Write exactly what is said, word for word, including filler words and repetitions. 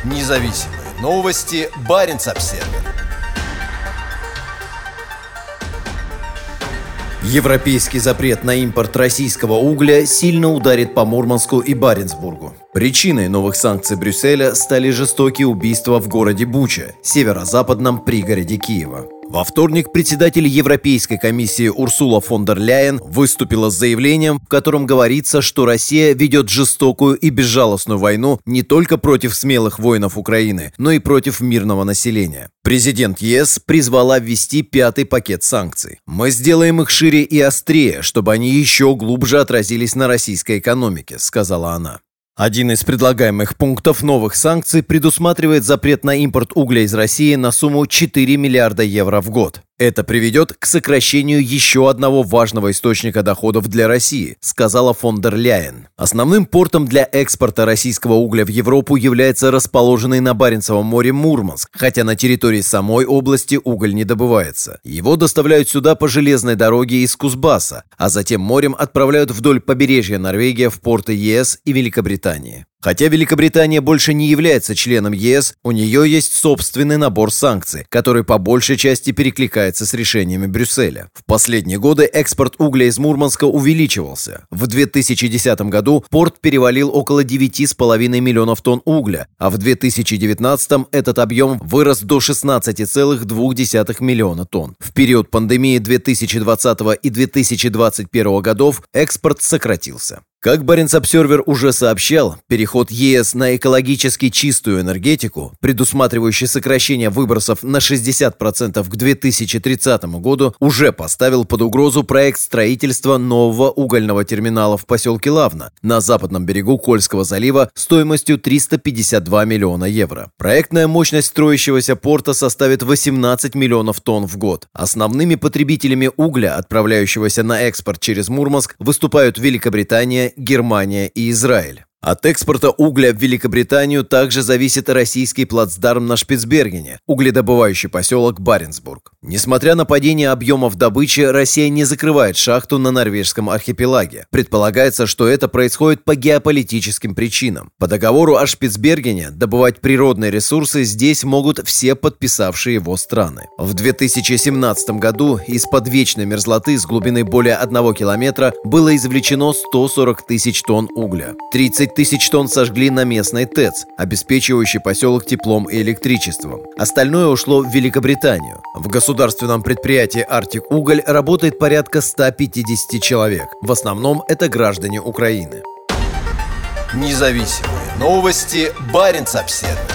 Независимые новости. Баренц-Обсервер. Европейский запрет на импорт российского угля сильно ударит по Мурманску и Баренцбургу. Причиной новых санкций Брюсселя стали жестокие убийства в городе Буча, северо-западном пригороде Киева. Во вторник председатель Европейской комиссии Урсула фон дер Ляйен выступила с заявлением, в котором говорится, что Россия ведет жестокую и безжалостную войну не только против смелых воинов Украины, но и против мирного населения. Президент ЕС призвала ввести пятый пакет санкций. «Мы сделаем их шире и острее, чтобы они еще глубже отразились на российской экономике», — сказала она. Один из предлагаемых пунктов новых санкций предусматривает запрет на импорт угля из России на сумму четыре миллиарда евро в год. Это приведет к сокращению еще одного важного источника доходов для России, сказала фон дер Ляйен. Основным портом для экспорта российского угля в Европу является расположенный на Баренцевом море Мурманск, хотя на территории самой области уголь не добывается. Его доставляют сюда по железной дороге из Кузбасса, а затем морем отправляют вдоль побережья Норвегии в порты ЕС и Великобритании. Хотя Великобритания больше не является членом ЕС, у нее есть собственный набор санкций, который по большей части перекликается с решениями Брюсселя. В последние годы экспорт угля из Мурманска увеличивался. В две тысячи десятом году порт перевалил около девяти с половиной миллионов тонн угля, а в две тысячи девятнадцатом этот объем вырос до шестнадцати целых двух десятых миллиона тонн. В период пандемии две тысячи двадцатого и две тысячи двадцать первого годов экспорт сократился. Как Баренц-Обсервер уже сообщал, переход ЕС на экологически чистую энергетику, предусматривающий сокращение выбросов на шестьдесят процентов к две тысячи тридцатому году, уже поставил под угрозу проект строительства нового угольного терминала в поселке Лавна на западном берегу Кольского залива стоимостью триста пятьдесят два миллиона евро. Проектная мощность строящегося порта составит восемнадцать миллионов тонн в год. Основными потребителями угля, отправляющегося на экспорт через Мурманск, выступают Великобритания, Германия и Израиль. От экспорта угля в Великобританию также зависит российский плацдарм на Шпицбергене, угледобывающий поселок Баренцбург. Несмотря на падение объемов добычи, Россия не закрывает шахту на норвежском архипелаге. Предполагается, что это происходит по геополитическим причинам. По договору о Шпицбергене добывать природные ресурсы здесь могут все подписавшие его страны. В две тысячи семнадцатом году из-под вечной мерзлоты с глубины более одного километра было извлечено сто сорок тысяч тонн угля. тридцать тысяч тонн сожгли на местной ТЭЦ, обеспечивающий поселок теплом и электричеством. Остальное ушло в Великобританию. В государственном предприятии «Арктик Уголь» работает порядка ста пятидесяти человек. В основном это граждане Украины. Независимые новости. Баренц-Обсервер.